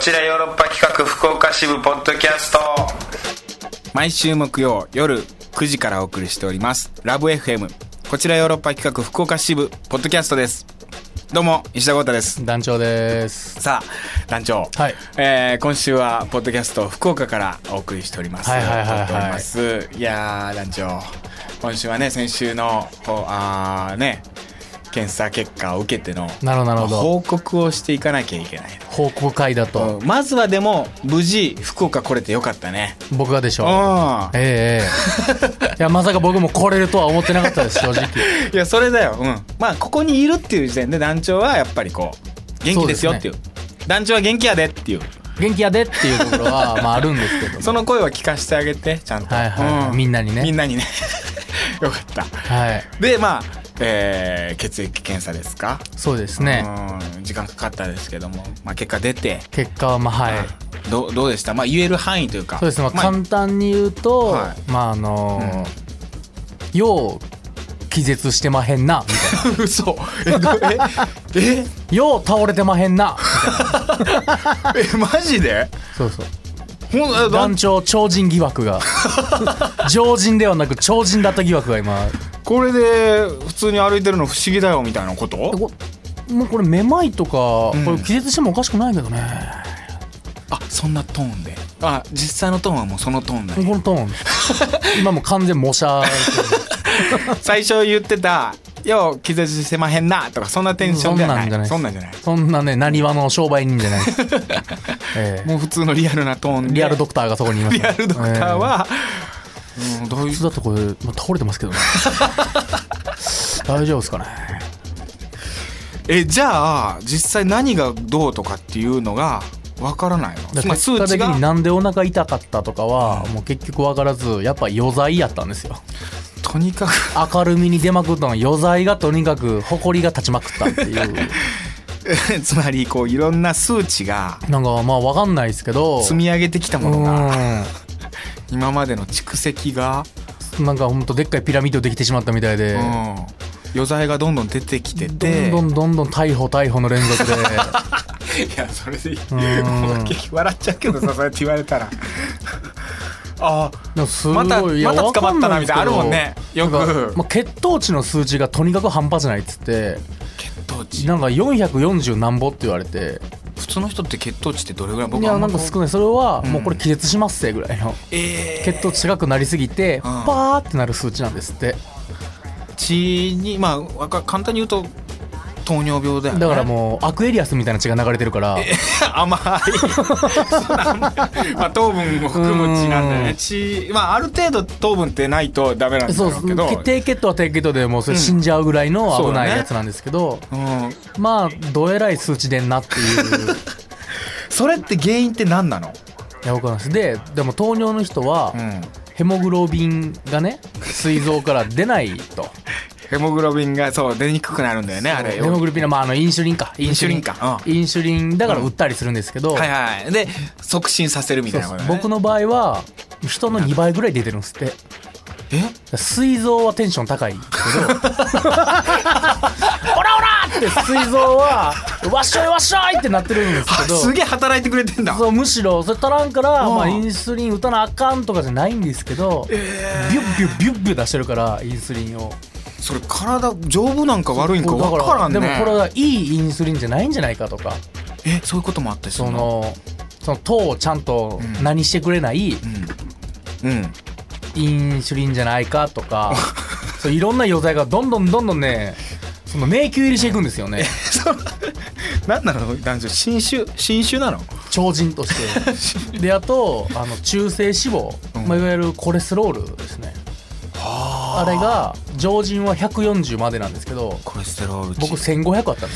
ちらヨーロッパ企画福岡支部ポッドキャスト、毎週木曜夜9時からお送りしておりますラブ FM こちらヨーロッパ企画福岡支部ポッドキャストです。どうも石田豪太です。 団長です。 さあ団長、 はい、 今週はポッドキャスト福岡からお送りしております。いや団長、今週はね、先週の検査結果を受けての報告をしていかなきゃいけない。 報告会だと、 まずはでも無事福岡来れてよかったね。 僕がでしょう。いやまさか僕も来れるとは思ってなかったです正直。いやそれだよ、まあここにいるっていう時点で団長はやっぱりこう元気ですよっていう、団長は元気やでっていうところはまああるんですけどその声は聞かせてあげてちゃんと、 みんなにねよかった、でまあ血液検査ですか。 そうですね、 時間かかったですけども、結果出て、 結果はどうでした。言える範囲というか。 そうですね、簡単に言うと、よう気絶してまへんなみたいな。 嘘よう倒れてまへんなみたいな。 マジで。 そう団長超人疑惑が常人ではなく超人だった疑惑が今。 これで普通に歩いてるの不思議だよみたいなこと。 もうこれめまいとか、これ気絶してもおかしくないけどね。 そんなトーンで。実際のトーンはもうそのトーンだね。 このトーン今もう完全模写最初言ってたよう気絶してまへんなとか、そんなテンションじゃない。そんなんじゃない。 そんなね、なにわの商売人じゃないもう普通のリアルなトーンで。 リアルドクターがそこにいます、 リアルドクターは、 普通だとこれ、倒れてますけどね大丈夫ですかね。 じゃあ実際何がどうとかっていうのがわからないの。 結果的になんでお腹痛かったとかは、もう結局わからず、やっぱ余罪やったんですよ。 とにかく明るみに出まくったのは余罪が、とにかく埃が立ちまくったっていうつまりこういろんな数値がなんかわかんないですけど、 積み上げてきたものが今までの蓄積がなんかほんとでっかいピラミッドできてしまったみたいで、 余罪がどんどん出てきてて、 どんどん逮捕の連続でいやそれで笑っちゃうけどさ、そうやって言われたらまた捕まったなみたいなあるもんね。よく血糖値の数値がとにかく半端じゃないっつって、 血糖値なんか440何歩って言われて、 普通の人って血糖値ってどれぐらい。 いやなんか少ない。それはもうこれ気絶しますってぐらいの、血糖値高くなりすぎてパーってなる数値なんですって。血に簡単に言うと糖尿病だよね。 だからもうアクエリアスみたいな血が流れてるから甘い糖分を含む血なんだよね。ある程度糖分ってないとダメなんだろうけど、 低血糖は低血糖でもうそれ死んじゃうぐらいの危ないやつなんですけど、どえらい数値でんなっていうそれって原因って何なの。 いや分かんないです。でも糖尿の人は、ヘモグロビンがね膵臓から出ないとヘモグロビンが出にくくなるんだよね。あれヘモグロビンはインシュリンだから打ったりするんですけど、 で促進させるみたいなことね。 僕の場合は人の2倍ぐらい出てるんですって。膵臓はテンション高いけどオラって膵臓はわっしょいわっしょいってなってるんですけど、 すげえ働いてくれてんだ。 むしろそれ足らんから、インスリン打たなあかんとかじゃないんですけど、ビュッビュッ出してるからインスリンを。 それ体丈夫なんか悪いんか分からんね。 でもこれはいいインスリンじゃないんじゃないかとか、 そういうこともあってその糖をちゃんと何してくれない、インシュリンじゃないかとかいろんな余罪がどんどんね、その迷宮入りしていくんですよね。 何なの男女、新種なの。 超人としてで、あと中性脂肪、いわゆるコレステロールですね。あれが常人は140までなんですけど、 コレステロール僕1500あったん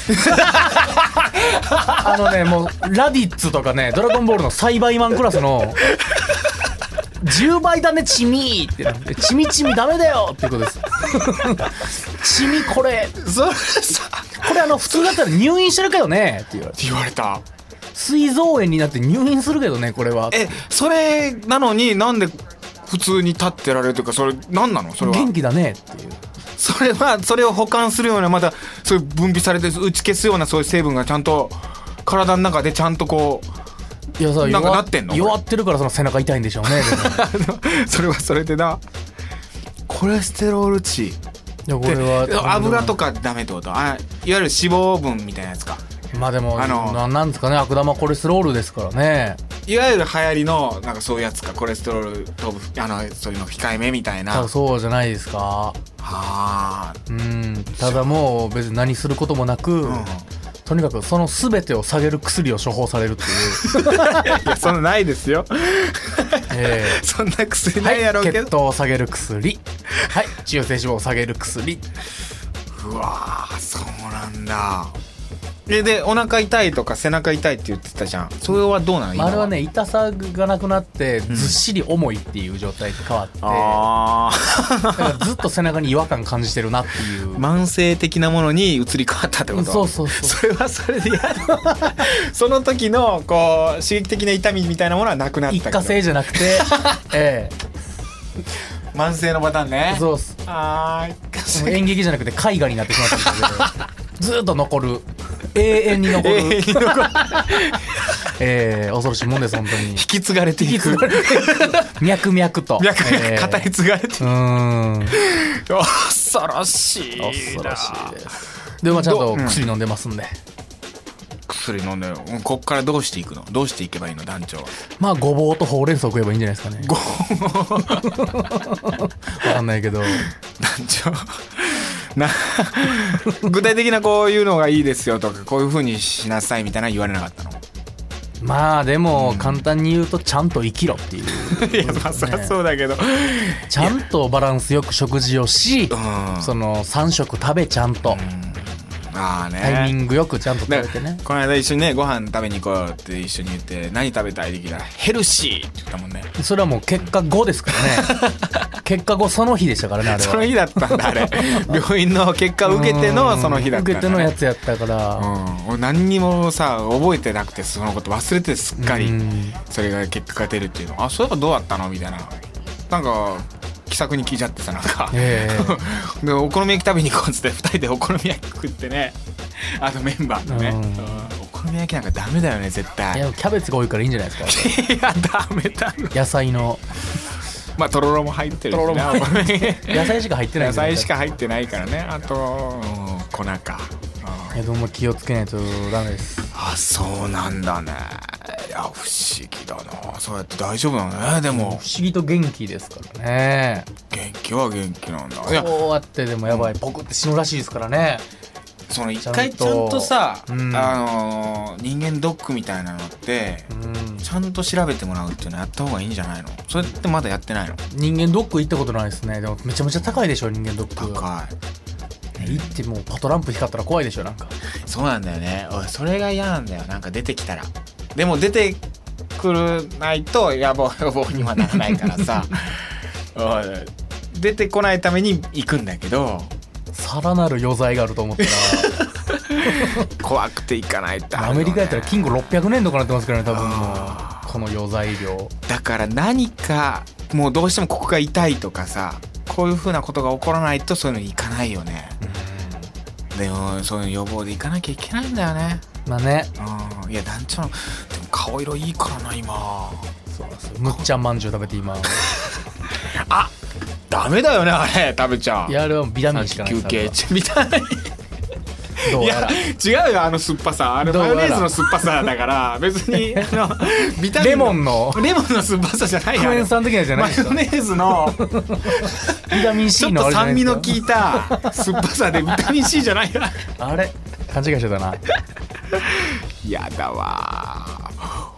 ですもうラディッツとかね、ドラゴンボールの栽培マンクラスの10倍だねチミーってなって、チミダメだよっていうことですチミこれ普通だったら入院してるけどねって言われた。膵臓炎になって入院するけどねこれは。 それなのになんで普通に立ってられるというか、それ何なの。それは元気だねっていう。 それを補完するような、またそういう分泌されて打ち消すようなそういう成分がちゃんと体の中でちゃんとこういやさ、 なんかなってんの？ 弱ってるからその背中痛いんでしょうね。でもそれはそれでな、コレステロール値。 いやこれは油とかダメってこと？いわゆる脂肪分みたいなやつか。 まあでもなんですかね、悪玉コレステロールですからね。 いわゆる流行りのなんかそういうやつか、コレステロールとそういうの控えめみたいな。 そうじゃないですか。 はあ。 ただもう別に何することもなく、とにかくその全てを下げる薬を処方されるっていういやそんなないですよ、そんな薬ないやろうけど、 血糖を下げる薬、はい中性脂肪を下げる薬。 うわー、そうなんだ。でお腹痛いとか背中痛いって言ってたじゃん。それはどうなの？ あれはね、痛さがなくなってずっしり重いっていう状態に変わって、だからずっと背中に違和感感じてるなっていう慢性的なものに移り変わったってこと？ そうそれはそれで嫌だその時のこう刺激的な痛みみたいなものはなくなったけど、 一過性じゃなくて慢性のパターンね。 そうっす。演劇じゃなくて絵画になってしまったんですけどずっと残る、永遠に残る恐ろしいもんです。本当に引き継がれていく脈々と語り継がれていく。恐ろしいな。 恐ろしいです。でもちゃんと薬飲んでますんで、 薬飲んで、こっからどうしていくの？どうしていけばいいの団長は？まあごぼうとほうれん草食えばいいんじゃないですかね。わかんないけど団長具体的なこういうのがいいですよとか、こういう風にしなさいみたいな言われなかったの？ まあでも簡単に言うとちゃんと生きろっていう、 いやまあそりゃそうだけど、 ちゃんとバランスよく食事をし、その3食食べちゃんと、タイミングよくちゃんと食べてね。 この間一緒にねご飯食べに行こうよって一緒に言って、何食べたいって聞いたらヘルシーって言ったもんね。 それはもう結果後ですからね結果後その日でしたからね、あれは。 その日だったんだあれ病院の結果を受けてのその日だったんだ、ね、 受けてのやつやったから、 俺何にもさ覚えてなくて、そのこと忘れてすっかり、それが結果が出るっていうの、そういえばどうだったのみたいな、なんか気さくに聞いちゃってさ、なんか、でお好み焼き食べに行こうっつって2人でお好み焼き食ってね、あとメンバーとね、お好み焼きなんかダメだよね絶対。 いやキャベツが多いからいいんじゃないですかいやダメだ野菜のまあとろろも入ってるしね野菜しか入ってない、 野菜しか入ってないからね。あと粉か。 でも気をつけないとダメです。 そうなんだね。いや不思議だな。そうやって大丈夫なのね。でも不思議と元気ですからね。 元気は元気なんだ。 こうやってでもやばい、ポクって死ぬらしいですからね。 その一回ちゃんとさ、人間ドックみたいなのって、ちゃんと調べてもらうっていうのやった方がいいんじゃないの？それってまだやってないの？ 人間ドック行ったことないですね。でもめちゃめちゃ高いでしょ人間ドック。 高い。 行ってもうパトランプ光ったら怖いでしょなんか。 そうなんだよね。それが嫌なんだよ。なんか出てきたら。でも出てくるないと予防にはならないからさ出てこないために行くんだけど、 さらなる余罪があると思ったら怖くて行かないと、 アメリカやったら金庫600年とかなってますからね多分。もうこの余罪量だから何かもうどうしてもここが痛いとかさ、こういう風なことが起こらないとそういうの行かないよね。でもそういう予防で行かなきゃいけないんだよね。 まあね。 いや団長のでも顔色いいからな今。 そうです。むっちゃんまんじゅう食べて今ダメだよねあれ食べちゃう。 いやあれはビタミンしかない。 休憩中みたいいや違うよ、あの酸っぱさ、あれマヨネーズの酸っぱさだから別にビタミンレモンの酸っぱさじゃないよ。 クエン酸的なやつじゃないマヨネーズのビタミン C のちょっと酸味の効いた酸っぱさでビタミン C じゃないよあれ勘違いしてたな。 やだわ。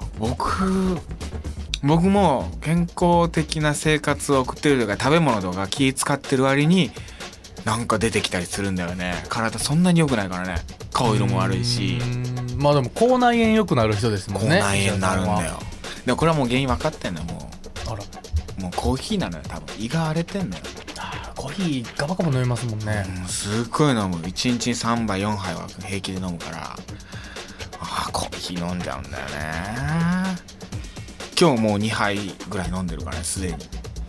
僕も健康的な生活を送ってるとか食べ物とか気使ってる割になんか出てきたりするんだよね。体そんなに良くないからね。顔色も悪いし。 まあでも口内炎良くなる人ですもんね。 口内炎になるんだよ。でもこれはもう原因分かってんのよ。もうコーヒーなのよ多分。胃が荒れてんのよ。 コーヒーガバガバ飲みますもんね。 すっごい飲む。1日に3杯4杯は平気で飲むからコーヒー飲んじゃうんだよね。今日もう2杯ぐらい飲んでるからねすでに。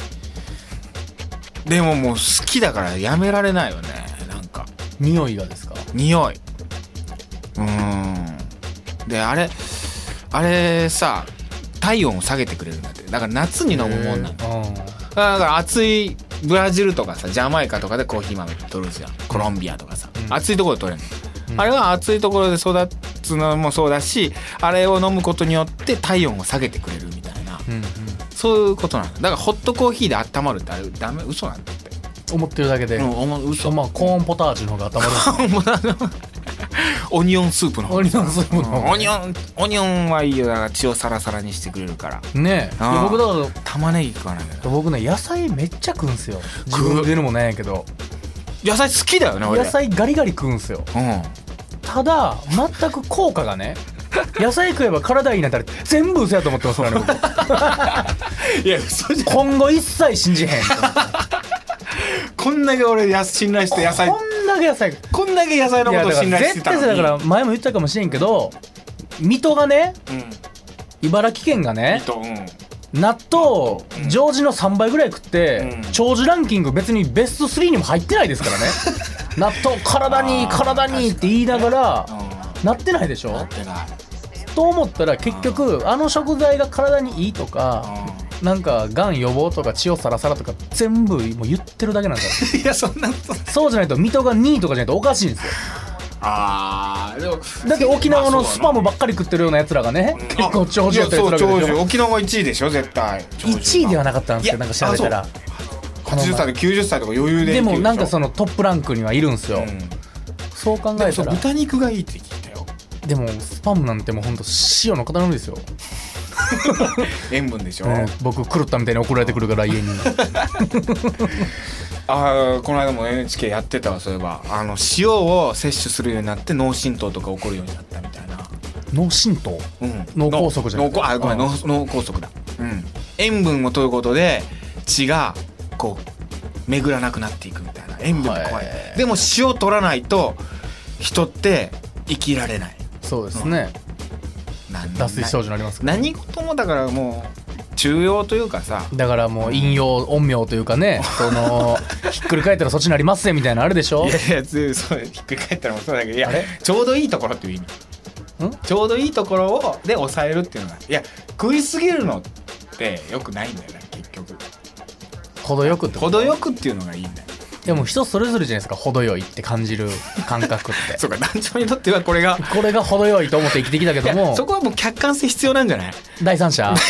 でももう好きだからやめられないよね。なんか匂いがですか？ 匂い。であれあれさ体温を下げてくれるんだって。だから夏に飲むもんなんだ、だから暑いブラジルとかさジャマイカとかでコーヒー豆取るじゃん。コロンビアとかさ、暑いところで取れるの、あれは暑いところで育つのもそうだし、あれを飲むことによって体温を下げてくれるみたいな、そういうことなんだ。だからホットコーヒーで温まるってあれダメ、嘘なんだって思ってるだけで、 嘘。 まあコーンポタージュの方が温まるオニオンスープの方、 オニオンスープの方、 オニオンはいいよ。だから血をサラサラにしてくれるからね。いや僕だから玉ねぎ食わないから僕ね野菜めっちゃ食うんすよ。自分で言うのもねえけど野菜好きだよね俺。 野菜ガリガリ食うんすよ、ただ全く効果がね野菜食えば体いいなんてあれ全部嘘やと思ってますからね僕いや嘘じゃん。 今後一切信じへんこんだけ俺信頼して野菜、 こんだけ野菜こんだけ野菜のことを信頼してたのに。 絶対だから前も言ったかもしれんけど、水戸がね、茨城県がね、納豆ジョージの3倍ぐらい食って、長寿ランキング別にベスト3にも入ってないですからね納豆体にいい体にいいって言いながらなってないでしょ。なってないと思ったら結局あの食材が体にいいとか、なんかがん予防とか血をサラサラとか全部もう言ってるだけなんですよいやそんなことそうじゃないと水戸が2位とかじゃないとおかしいんですよ。 でもだって沖縄のスパムばっかり食ってるようなやつらがね、結構長寿やったりするわけでしょ。 沖縄が1位でしょ絶対。 1位ではなかったんですよ。なんか調べたら 80歳と90歳とか余裕で。 でもなんかそのトップランクにはいるんですよ、そう考えたら。 豚肉がいいって聞いたよ。 でもスパムなんてもうほんと塩の塊ですよ塩分でしょ、 僕狂ったみたいに送られてくるから家にこの間も NHK やってたわ。そういえば塩を摂取するようになって脳震盪とか起こるようになったみたいな。 脳震盪、脳梗塞じゃない。 ごめん、脳梗塞だ。塩分を取ることで血がこう巡らなくなっていくみたいな。塩分が怖い。でも塩取らないと人って生きられない。 そうですね、脱水症状になりますから。 何事もだからもう中庸というかさ、 だからもう陰陽陰陽というかねそのひっくり返ったらそっちになりますぜみたいなのあるでしょ。 いやそうひっくり返ったらもそうだけど、いやちょうどいいところっていう意味。ちょうどいいところをで抑えるっていうのが、いや食いすぎるのってよくないんだよね結局。程よくっていうのがいいんだよ。 でも人それぞれじゃないですか、程よいって感じる感覚ってそうか、団長にとってはこれが程よいと思って生きてきたけども、 そこはもう客観性必要なんじゃない？ 第三者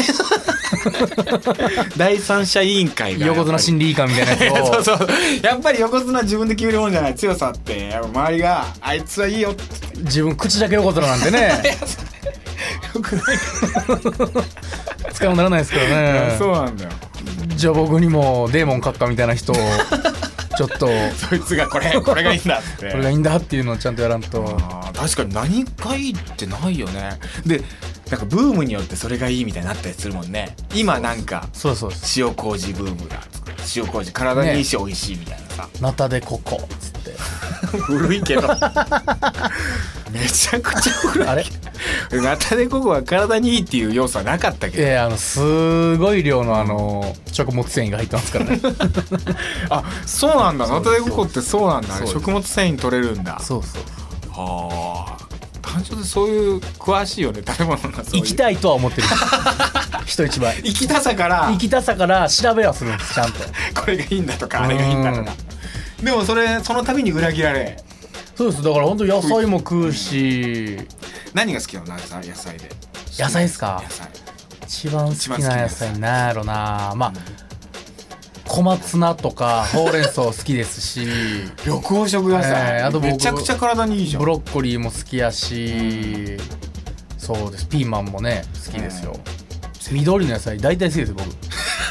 第三者委員会が横綱心理委員会みたいなやつをそうやっぱり横綱自分で決めるもんじゃない。強さってやっぱ周りがあいつはいいよって自分口だけ横綱なんてねよくない使いもならないですからね。 そうなんだよ。 じゃあ僕にもデーモン閣下みたいな人をちょっとそいつがこれがいいんだってこれがいいんだっていうのをちゃんとやらんと。 確かに何がいいってないよね。でなんかブームによってそれがいいみたいになったりするもんね。今なんかそう塩麹ブームだ、塩麹体にいいし美味しいみたいなさ、 ナタデココっつって古いけどめちゃくちゃ古い。あれナタデココは体にいいっていう要素はなかったけど、 すごい量の食物繊維が入ってますからねあ、そうなんだ。ナタデココってそうなんだ。あれ食物繊維取れるんだ。 そうはあ、単純でそういう詳しいよね食べ物の。 生きたいとは思ってる人一倍生きたさから調べはするんですちゃんとこれがいいんだとかあれがいいんだとか。でもその度に裏切られ。 そうです。だから本当野菜も食うし。 何が好きなの野菜で。 野菜ですか。一番好きな野菜なんやろな。まあ小松菜とかほうれん草好きですし緑黄色野菜、 あと僕めちゃくちゃ体にいいじゃん。 ブロッコリーも好きやし、そうです。ピーマンもね好きですよ。緑の野菜大体好きです僕。い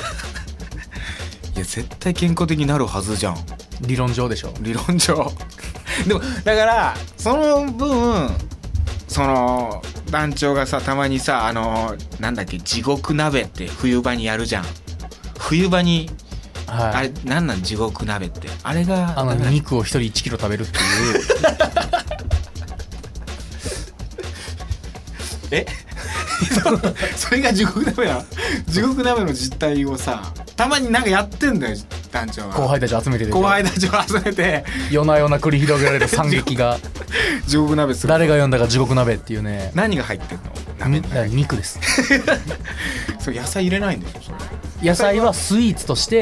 や絶対健康的になるはずじゃん。 理論上でしょ。 理論上でもだからその分その団長がさたまにさなんだっけ地獄鍋って冬場にやるじゃん。冬場に、はい、あれなん地獄鍋ってあれが肉を1人1キロ食べるっていうえそれが地獄鍋なの？地獄鍋の実態をさたまになんかやってんだよ団長が。 後輩たちを集めて夜な夜な繰り広げられる惨劇が地獄鍋する。 誰が呼んだか地獄鍋っていうね。 何が入ってんの？ 肉ですそれ野菜入れないんですよそれ。 野菜はスイーツとして、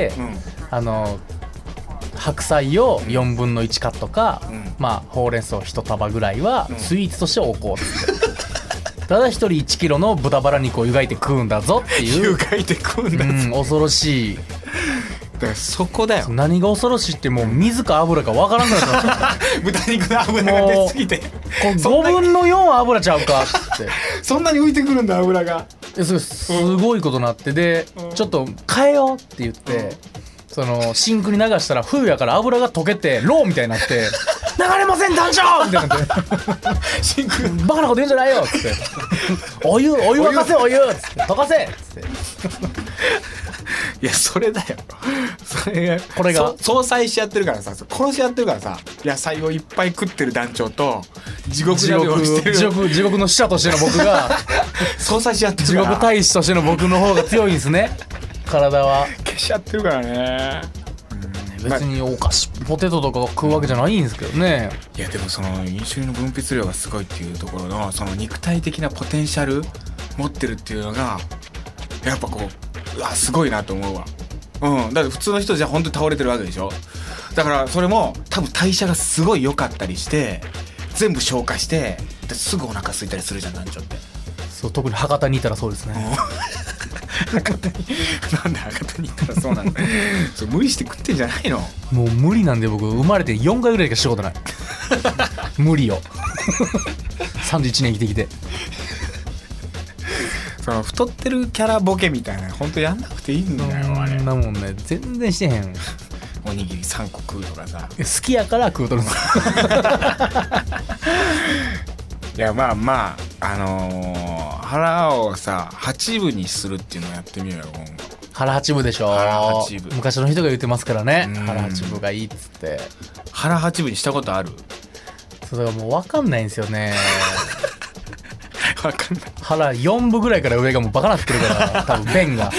白菜を4分の1カットか、まあほうれん草1束ぐらいはスイーツとして置こうってただ1人1キロの豚バラ肉を湯がいて食うんだぞっていう湯がいて食うんだぞ、 恐ろしい。 だからそこだよ。 何が恐ろしいってもう水か油か分からんくなってました豚肉の油が出すぎて 5分の4油ちゃうかってそんなに浮いてくるんだ油が。 すごいことなってで、ちょっと変えようって言って、そのシンクに流したら冬やから油が溶けてローみたいになって流れません団長みたいになってシンクバカなこと言うんじゃないよっつってお湯沸かせお湯っつって溶かせっつっていやそれだよ。それこれが相殺しやってるからさ、殺しやってるからさ、野菜をいっぱい食ってる団長と地獄の使者としての僕が相殺しやってる地から獄大使としての僕の方が強いんですね体は。 消しちゃってるからね。 別にお菓子ポテトとか食うわけじゃないんですけどね。 いやでもそのインシュリンの分泌量がすごいっていうところのその肉体的なポテンシャル持ってるっていうのがやっぱこうすごいなと思うわ。だって普通の人じゃ本当に倒れてるわけでしょ。だからそれも多分代謝がすごい良かったりして全部消化してすぐお腹空いたりするじゃん団長って。 そう特に博多にいたらそうですね。 博多になんで博多に行ったらそうなんだそう無理して食ってんじゃないの。 もう無理なんで僕生まれて4回ぐらいしかしたことない無理よ31年生きてきてその太ってるキャラボケみたいな本当やんなくていいんだよあれ。 そんなもんね全然してへん。 おにぎり3個食うとかさ好きやから食うとるんですいやまあ腹をさ8分にするっていうのをやってみようよ今後。 腹8分でしょ。 腹8分昔の人が言ってますからね。腹8分がいいっつって腹8分にしたことある？ そうだからもう分かんないんですよね分かんない。 腹4分ぐらいから上がもうバカなってるから多分便が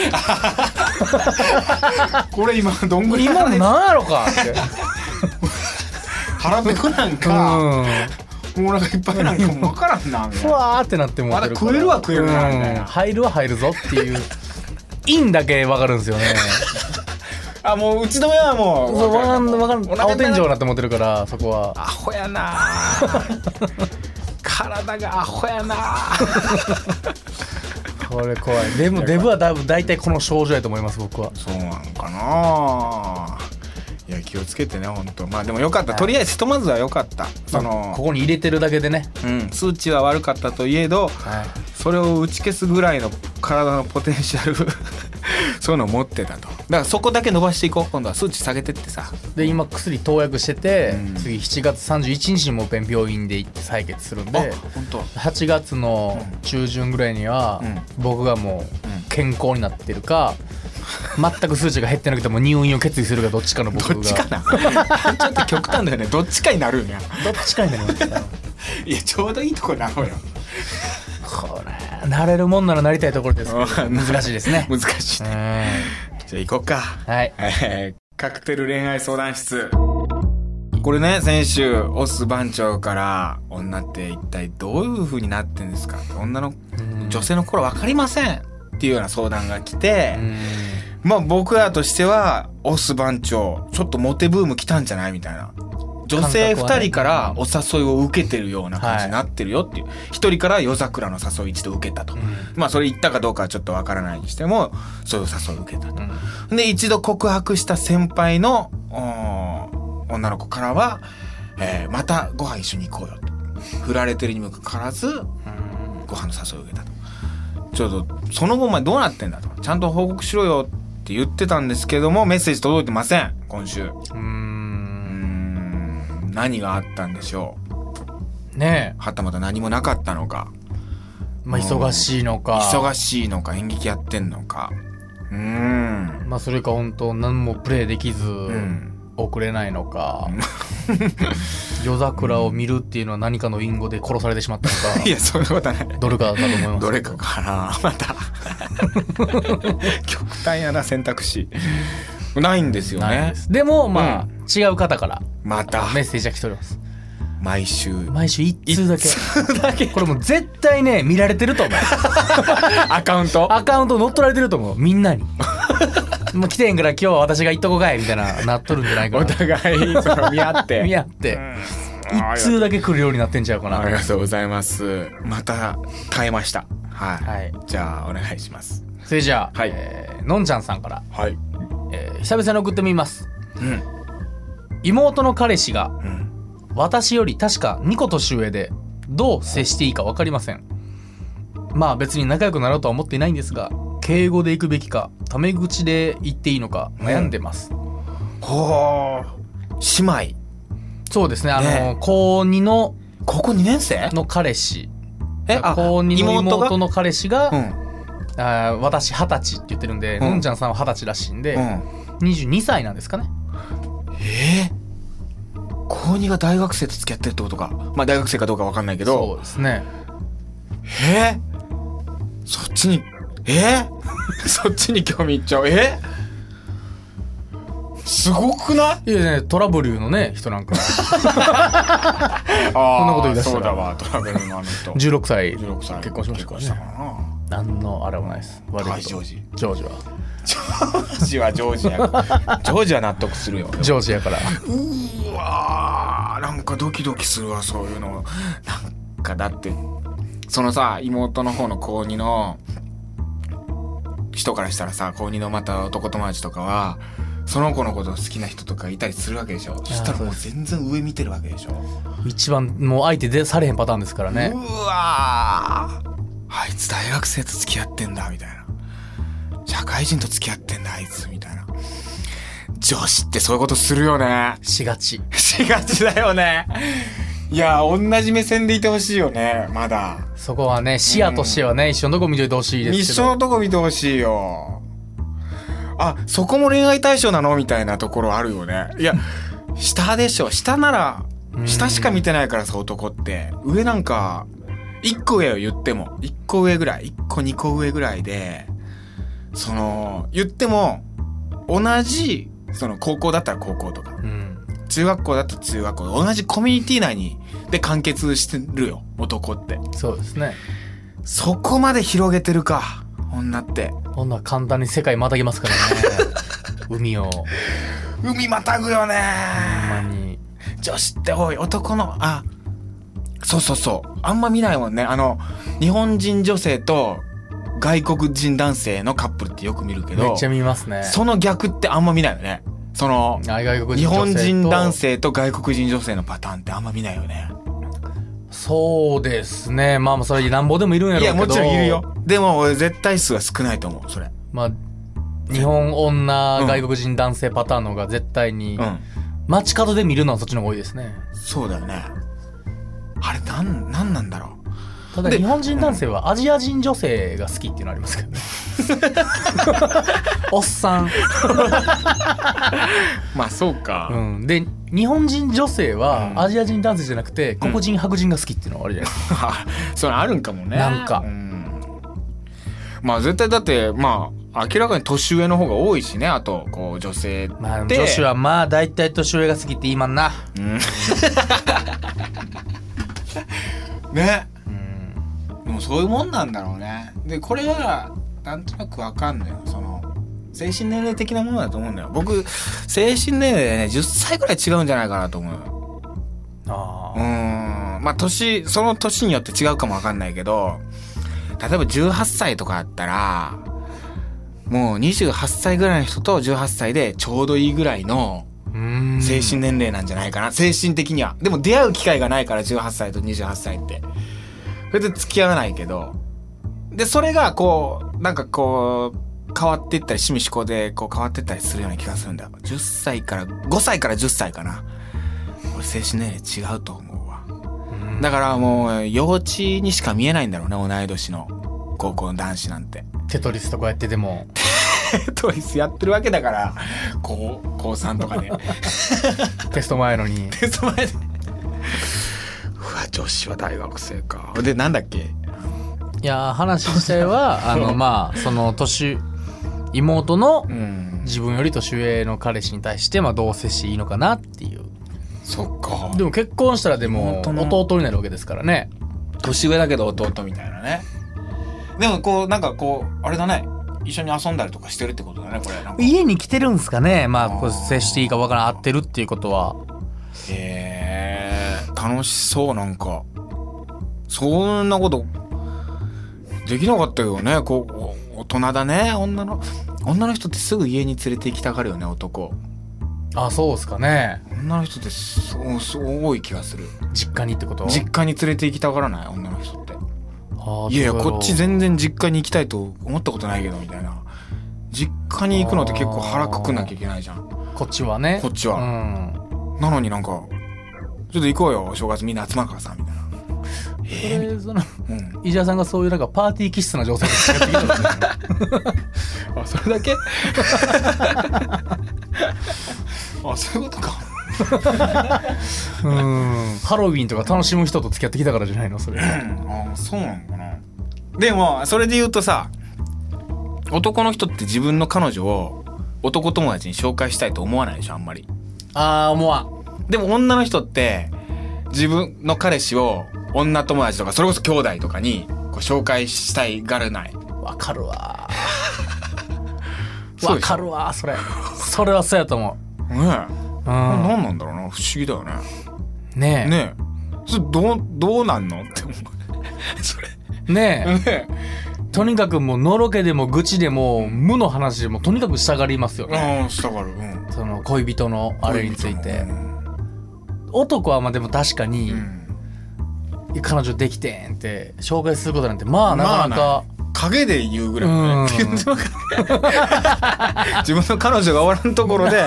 これ今どんぐり今の何やろかって腹ペコなんかもうなんかいっぱいなんかもう分からんなみたいふな。 わーってなってもまだ食えるは食えるなみたいな。 入るは入るぞっていう陰だけ分かるんですよねもう打ち止めはもう分かん青天井なって思ってるからそこはアホやな体がアホやなこれ怖い。でもデブは大体この症状やと思います僕は。 そうなんかな。いや気をつけてね本当。まあでもよかった、とりあえずひとまずはよかった。そのここに入れてるだけでね、 数値は悪かったといえど、それを打ち消すぐらいの体のポテンシャルそういうのを持ってたと。だからそこだけ伸ばしていこう。今度は数値下げてってさ。 で今薬投薬してて、次7月31日にもう一遍病院で行って採血するんで、 本当 8月の中旬ぐらいには、僕がもう健康になってるか、全く数値が減ってなくても入院を決意するかどっちかの僕が。 どっちかなちょっと極端だよね。どっちかになるんや。 どっちかになりますいやちょうどいいとこなのよ。 これ慣れるもんならなりたいところですけど難しいですね。 難しいね。じゃあ行こうか。 はい、 カクテル恋愛相談室。これね先週オス番長から女って一体どういう風になってんですか、女性の心分かりませんっていうような相談が来て、まあ僕らとしてはオス番長ちょっとモテブーム来たんじゃないみたいな、女性2人からお誘いを受けてるような感じになってるよっていう、1人から夜桜の誘い一度受けたと、まあそれ言ったかどうかはちょっとわからないにしてもそういう誘いを受けたと、で一度告白した先輩の女の子からは、またご飯一緒に行こうよと、振られてるにもかかわらずご飯の誘いを受けたと。ちょっとその後お前どうなってんだと、ちゃんと報告しろよって言ってたんですけどもメッセージ届いてません今週。何があったんでしょうね。はたまた何もなかったのか、 まあ忙しいのか演劇やってんのか、 まあそれか本当何もプレイできず、送れないのか、夜桜を見るっていうのは何かの隠語で殺されてしまったのか。 いやそんなことはない。 どれかだと思います。 どれかかなまた極端やな選択肢ないんですよね。 でもまあ、違う方からまたメッセージが来ております。 毎週一通だけ。 一通だけこれもう絶対ね、見られてると思う。 アカウントアカウント乗っ取られてると思う。みんなに。もう来てへんから今日は私が行っとこかいみたいな、なっとるんじゃないかな。 お互いその見合って見合って。一通だけ来るようになってんちゃうかな。 ありがとうございます。また変えました。はい。 はい。 じゃあお願いします。 それじゃあ、 はいのんちゃんさんから。 はい。 久々に送ってみます。 うん。 妹の彼氏が、 うん。 私より確か2個年上で、どう接していいか分かりません。まあ別に仲良くなろうとは思っていないんですが、敬語で行くべきか、タメ口で言っていいのか悩んでます。 ほー。姉妹。 そうですね、 ね高2の、 高校2年生の彼氏。 あ、 高2の妹の彼氏が、 うん。 私20歳って言ってるんで、のんちゃんさんは20歳らしいんで、 うん。 22歳なんですかね。 高2が大学生と付き合ってるってことか。まあ大学生かどうか分かんないけど。 そうですね。 そっちに、そっちに興味いっちゃう。すごくない？ いやね、トラブルのね、人なんか。 そんなこと言い出したらそうだわ、トラベルのあの人。 16歳。 16歳。 結婚しましたからね。 結婚したからな。 何のあれもないです。悪いこと。 はい、ジョージ。 ジョージは。 ジョージは納得するよ。 ジョージやから。 うわー、なんかドキドキするわ、そういうの。なんかだって、そのさ、妹の方の高2の人からしたらさ、高2のまた男友達とかは、その子のこと好きな人とかいたりするわけでしょ。そしたらもう全然上見てるわけでしょ。 一番もう相手でされへんパターンですからね。 うわー、あいつ大学生と付き合ってんだみたいな、社会人と付き合ってんだあいつみたいな。女子ってそういうことするよね。 しがちだよね。いや、同じ目線でいてほしいよね。まだそこはね、視野としてはね、一緒のとこ見といてほしいですけど。 一緒のとこ見てほしいよ。あ、そこも恋愛対象なのみたいなところあるよね。いや、下でしょ。下なら下しか見てないからさ、男って。上なんか1個上を言っても1個上ぐらい、1個2個上ぐらいで、その言っても同じ、その高校だったら高校とか、中学校だったら中学校、同じコミュニティ内にで完結してるよ、男って。 そうですね。 そこまで広げてるか、女って。 女は簡単に世界またぎますからね。海またぐよね。 ほんまに。 女子って多い。男の、そうあんま見ないもんね。日本人女性と外国人男性のカップルってよく見るけど、 めっちゃ見ますね。 その逆ってあんま見ないよね。その日本人男性と外国人女性のパターンってあんま見ないよね。 そうですね。まあそれなんぼでもいるんやろうけど。 いや、もちろんいるよ。でも俺絶対数は少ないと思う、それ。 まあ日本女、外国人男性パターンの方が絶対に、街角で見るのはそっちの方が多いですね。 そうだよね。あれなんなんだろう。 ただ日本人男性はアジア人女性が好きっていうのありますけどね。おっさん。 まあそうか。 で日本人女性はアジア人男性じゃなくて黒人白人が好きっていうのがあるじゃないですか。 それあるんかもね。 なんか。 まあ絶対だってまあ明らかに年上の方が多いしね。あとこう女性って。 まあ女子はまあ大体年上が好きって言いまんな。ね。でもそういうもんなんだろうね。でこれはなんとなくわかんないよ。その精神年齢的なものだと思うんだよ。僕精神年齢でね10歳くらい違うんじゃないかなと思うよ。まあその年によって違うかもわかんないけど、例えば18歳とかだったらもう28歳ぐらいの人と18歳でちょうどいいぐらいの精神年齢なんじゃないかな。精神的には。でも出会う機会がないから18歳と28歳ってそれで付き合わないけど、でそれがこうなんかこう変わっていったり、趣味思考でこう変わっていったりするような気がするんだよ。5歳から10歳かな。俺精神年齢違うと思うわ。だからもう幼稚にしか見えないんだろうね、同い年の高校の男子なんて。テトリスとかやっててもテトリスやってるわけだから高3とかでテスト前のにテスト前でうわ、女子は大学生か。でなんだっけ。いや話自体はまあその妹の自分より年上の彼氏に対してまあどう接していいのかなっていう。 そっか。 でも結婚したらでも弟になるわけですからね。 年上だけど弟みたいなね。でもこうなんかこうあれだね、一緒に遊んだりとかしてるってことだねこれ。なんか家に来てるんすかね。まあこう接していいかわからん、会ってるっていうことは。 楽しそう。なんかそんなことできなかったけどね。こう大人だね。女の人ってすぐ家に連れて行きたがるよね、男。 あ、そうっすかね。 女の人ってそう多い気がする。 実家にってこと？ 実家に連れて行きたがらない女の人って。 あ、 いやいや、こっち全然実家に行きたいと思ったことないけどみたいな。実家に行くのって結構腹くくんなきゃいけないじゃん、 こっちはね。 こっちは、なのになんかちょっと行こうよ正月みんな集まるからさみたいな。 その伊沢さんがそういうなんかパーティー気質な状態で付き合ってきたんですね。 あ、それだけあ、そういうことか。 ハロウィンとか楽しむ人と付き合ってきたからじゃないのそれ。 あ、そうなのかな。でもそれで言うとさ、男の人って自分の彼女を男友達に紹介したいと思わないでしょ、あんまり。 ああ、思わん。 でも女の人って自分の彼氏を女友達とかそれこそ兄弟とかにこう紹介したいがるない？ わかるわ。わかるわ、それはそうやと思う。 ねえ、何なんだろうな、不思議だよね。 ねえ。 ねえ、それどうなんのって思う。それねえ。とにかくもうのろけでも愚痴でも無の話でもとにかくしたがりますよね。 ああ、したがる。 その恋人のあれについて。男はまあでも確かに、彼女できてんって紹介することなんてまあなかなか、 影で言うぐらいね。自分の彼女がおらんところで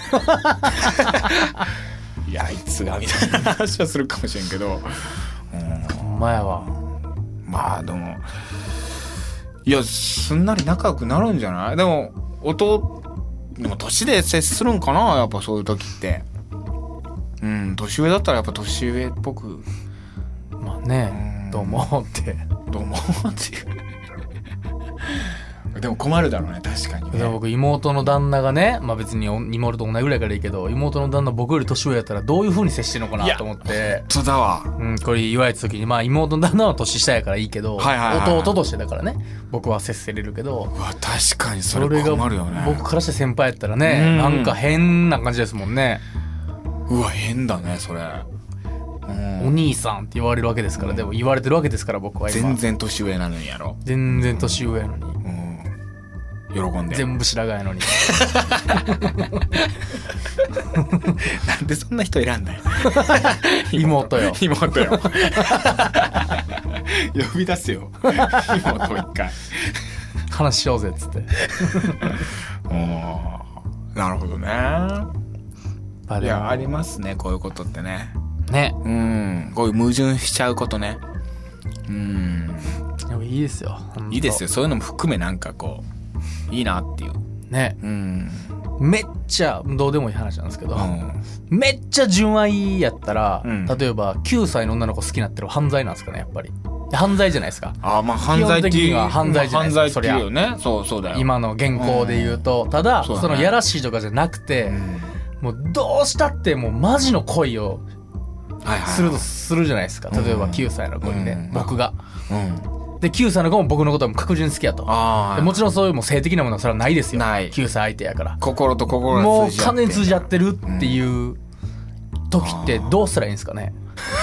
いやあいつがみたいな話はするかもしれんけど、 前はまあでもいやすんなり仲良くなるんじゃない？でもでも年で接するんかな、やっぱそういう時って。年上だったらやっぱ年上っぽく、 まあね、どうもっていうでも困るだろうね、確かにね。 でも僕妹の旦那がね、まあ別に妹と同じぐらいからいいけど、妹の旦那僕より年上やったらどういう風に接してるのかなと思って。 そうだわ。 これ言われた時に、まあ妹の旦那は年下やからいいけど、弟としてだからね、僕は接せれるけど。 うわ、確かにそれ困るよね。 僕からして先輩やったらね、なんか変な感じですもんね。 うわ、変だね、それ。 お兄さんって言われるわけですから、でも言われてるわけですから僕は今。 全然年上なのにやろ。 全然年上やのに。 喜んで。 全部白髪やのに。 なんでそんな人選んだよ。 妹よ。 妹よ。呼び出すよ。妹一回。 話しようぜっつって。 なるほどね。いや、ありますね、こういうことってね。 ね。 こういう矛盾しちゃうことね。 でもいいですよ。 いいですよ。そういうのも含めなんかこう、いいなっていう。 ね。めっちゃ、どうでもいい話なんですけど、めっちゃ純愛やったら、例えば9歳の女の子好きになってる犯罪なんですかね、やっぱり。犯罪じゃないですか。 ああ、まあ犯罪っていう。基本的には犯罪じゃないですか。 犯罪っていうよね。そうだよ。 今の現行で言うと、ただ、そのやらしいとかじゃなくて、もうどうしたってもうマジの恋をするじゃないですか。例えば9歳の子にね、僕が。で、9歳の子も僕のことも確実に好きやと。もちろんそういうもう性的なものはそれはないですよ。9歳相手やから。 心と心が通じ合って。もう完全に通じ合ってるっていう時ってどうしたらいいんですかね。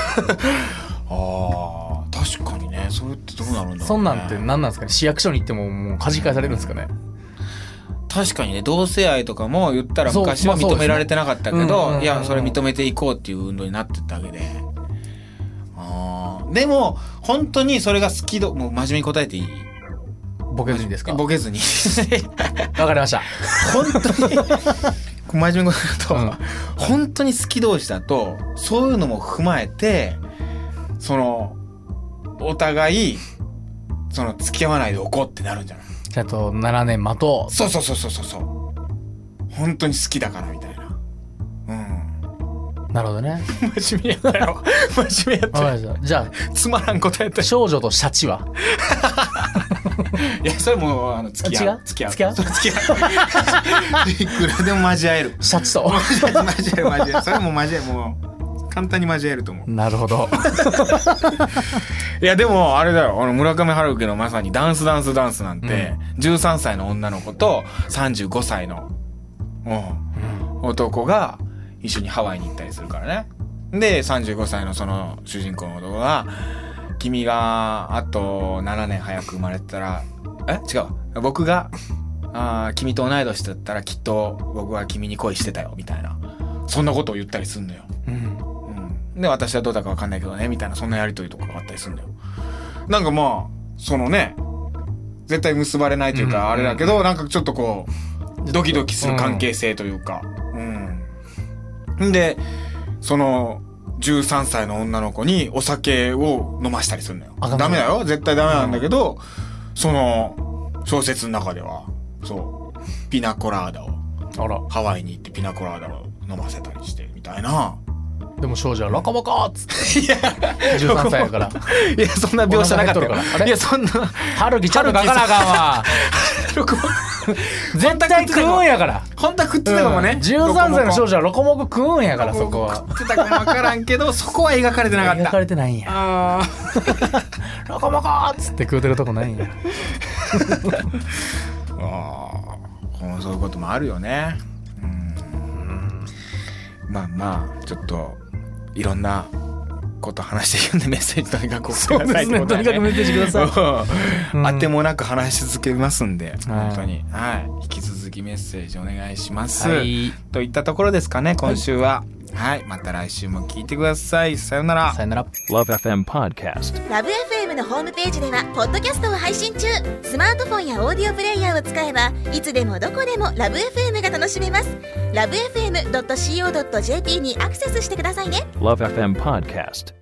確かにね。それってどうなるんだろうね。 そんなんって何なんですかね。市役所に行ってももうかじ返されるんですかね。 確かにね、同性愛とかも言ったら昔は認められてなかったけど、いや、それ認めていこうっていう運動になってったわけで。でも、本当にそれが好きもう真面目に答えていい？ ボケずにですか？ ボケずに。 わかりました。 本当に、真面目に答えると、本当に好き同士だと、そういうのも踏まえて、お互い、付き合わないでおこうってなるんじゃない？ ちゃんと7年待とう。 そう。本当に好きだからみたいな。 なるほどね。 真面目やったよ。真面目やったよ。 じゃあ、 つまらん答えやったよ。 少女とシャチは？ いや、それもう、付き合う。 付き合う。 いくらでも交える。 シャチと。 交える。それも交える。もう、 簡単に交えると思う。 なるほど。 いやでもあれだよ、村上春樹のまさにダンスなんて、13歳の女の子と35歳の、男が一緒にハワイに行ったりするからね。で35歳のその主人公の男が、君があと7年早く生まれてたら、違う、僕が君と同い年だったらきっと僕は君に恋してたよみたいな、そんなことを言ったりすんのよ。で私はどうだか分かんないけどねみたいな、そんなやりとりとかがあったりするんだよ。なんかまあそのね、絶対結ばれないというかあれだけど、なんかちょっとこうドキドキする関係性というか、でその13歳の女の子にお酒を飲ましたりするのよ。ダメだよ、絶対ダメなんだけど、その小説の中ではそうピナコラーダを、ハワイに行ってピナコラーダを飲ませたりしてみたいな。 でも少女はロコモコっつっていや13歳やからいやそんな描写なかったよ。いやそんな春樹ちゃんと書かなあかんわ絶対食うんやから。 本当は食ってたかもね、 13歳の少女はロコモコ食うんやから。そこは食ってたかも分からんけどそこは描かれてなかった。 描かれてないんや。ロコモコっつって食うてるとこないんや。 そういうこともあるよね。まあまあちょっといろんなこと話していくんで、メッセージとにかく送ってくださいってことだね。 とにかくメッセージください。 あてもなく話し続けますんで、本当に、引き続きメッセージお願いします、といったところですかね、今週は。また来週も聞いてください。さよなら。 さよなら。 LoveFM Podcast。 LoveFM のホームページではポッドキャストを配信中。スマートフォンやオーディオプレイヤーを使えばいつでもどこでも LoveFM が楽しめます。 LoveFM.co.jp にアクセスしてくださいね。 LoveFM Podcast。